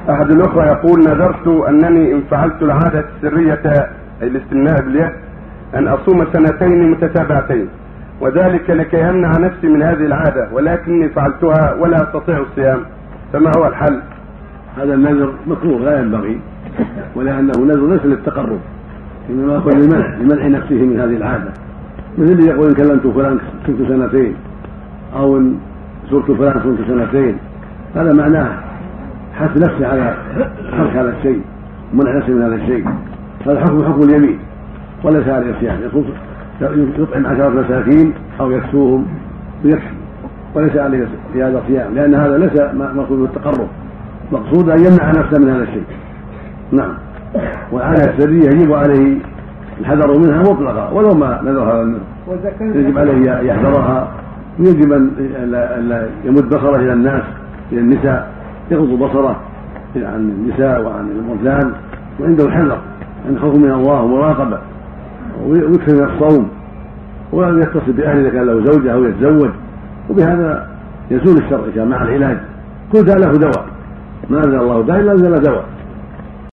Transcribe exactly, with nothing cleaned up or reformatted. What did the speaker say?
أحد الأخوة يقول: نذرت أنني إن فعلت العادة السرية أي الاستمناء باليد أن أصوم سنتين متتابعتين، وذلك لكي أمنع نفسي من هذه العادة، ولكني فعلتها ولا أستطيع الصيام، فما هو الحل؟ هذا النذر مكروه لا ينبغي، ولأنه نذر ليس للتقرب، إنما هو لمنع لمنع نفسه من هذه العادة، مثل اللي يقول إن كلمت فلان كنت سنتين، أو إن زرت فلان كنت سنتين، هذا معناه حث نفسه على ترك هذا الشيء ومنع نفسه من هذا الشيء. هذا حكم حكم اليمين وليس على العصيان، يطعم عشرة مساكين أو يكسوهم ويكفي، وليس عليه في هذا الصيام، لأن هذا ليس مقصود بالتقرب، مقصود أن يمنع نفسه من هذا الشيء. نعم. والعادة السرية يجب عليه الحذر منها مطلقا ولو ما نذر هذا النذر، يجب عليه يحذرها، ويجب أن يمد بصره إلى الناس إلى النساء، يغض بصره عن النساء وعن الرجال، وعنده الحذر عن خوف من الله ومراقبة، ويكثر من الصوم، ويتصل بأهله إذا كان له زوجة أو يتزوج، وبهذا يزول الشر مع العلاج. كل ذا له دواء، ما أنزل الله داء إلا أنزل دواء.